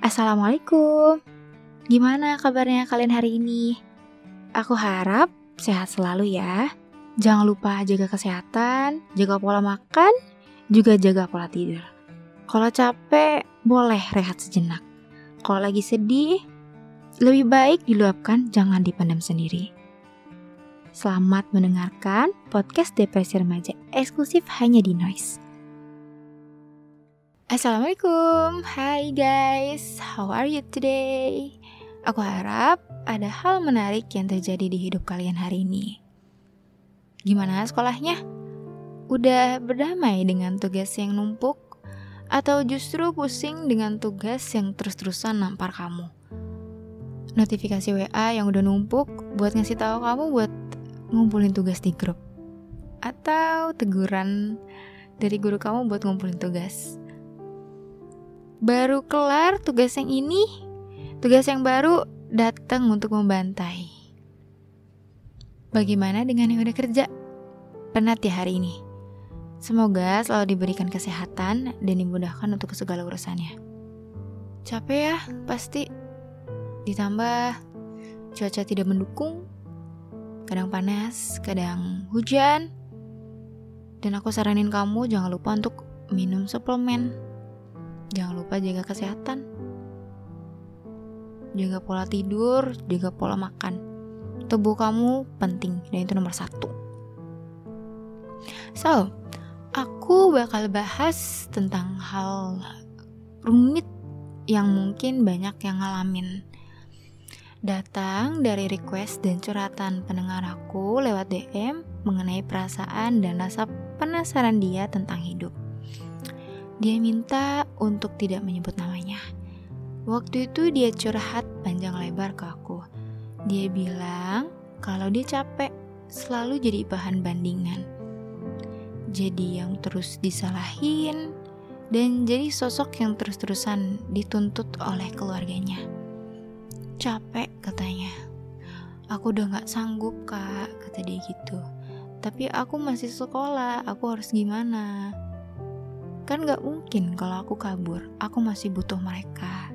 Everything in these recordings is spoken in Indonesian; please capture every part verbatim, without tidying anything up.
Assalamualaikum. Gimana kabarnya kalian hari ini? Aku harap sehat selalu ya. Jangan lupa jaga kesehatan, jaga pola makan, juga jaga pola tidur. Kalau capek, boleh rehat sejenak. Kalau lagi sedih, lebih baik diluapkan, jangan dipendam sendiri. Selamat mendengarkan podcast Depresi Remaja eksklusif hanya di Noise. Assalamualaikum, hai guys, how are you today? Aku harap ada hal menarik yang terjadi di hidup kalian hari ini. Gimana sekolahnya? Udah berdamai dengan tugas yang numpuk? Atau justru pusing dengan tugas yang terus-terusan nampar kamu? Notifikasi W A yang udah numpuk buat ngasih tahu kamu buat ngumpulin tugas di grup? Atau teguran dari guru kamu buat ngumpulin tugas? Baru kelar tugas yang ini, tugas yang baru datang untuk membantai. Bagaimana dengan yang udah kerja? Penat ya hari ini? Semoga selalu diberikan kesehatan dan dimudahkan untuk segala urusannya. Capek ya, pasti. Ditambah cuaca tidak mendukung, kadang panas, kadang hujan. Dan aku saranin kamu jangan lupa untuk minum suplemen. Jangan lupa jaga kesehatan, jaga pola tidur, jaga pola makan. Tubuh kamu penting dan itu nomor satu. So, aku bakal bahas tentang hal rumit yang mungkin banyak yang ngalamin. Datang dari request dan curhatan pendengar aku lewat D M mengenai perasaan dan rasa penasaran dia tentang hidup. Dia minta untuk tidak menyebut namanya. Waktu itu dia curhat panjang lebar ke aku. Dia bilang kalau dia capek selalu jadi bahan bandingan. Jadi yang terus disalahin dan jadi sosok yang terus-terusan dituntut oleh keluarganya. Capek katanya. Aku udah gak sanggup kak, kata dia gitu. Tapi aku masih sekolah, aku harus gimana? Kan gak mungkin kalau aku kabur, aku masih butuh mereka.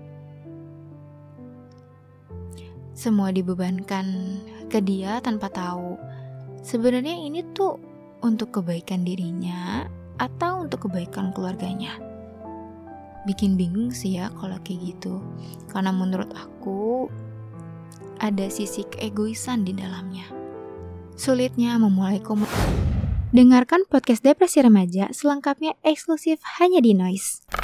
Semua dibebankan ke dia tanpa tahu. Sebenarnya ini tuh untuk kebaikan dirinya atau untuk kebaikan keluarganya. Bikin bingung sih ya kalau kayak gitu. Karena menurut aku ada sisi keegoisan di dalamnya. Sulitnya memulai komunikasi. Dengarkan podcast Depresi Remaja selengkapnya eksklusif hanya di Noise.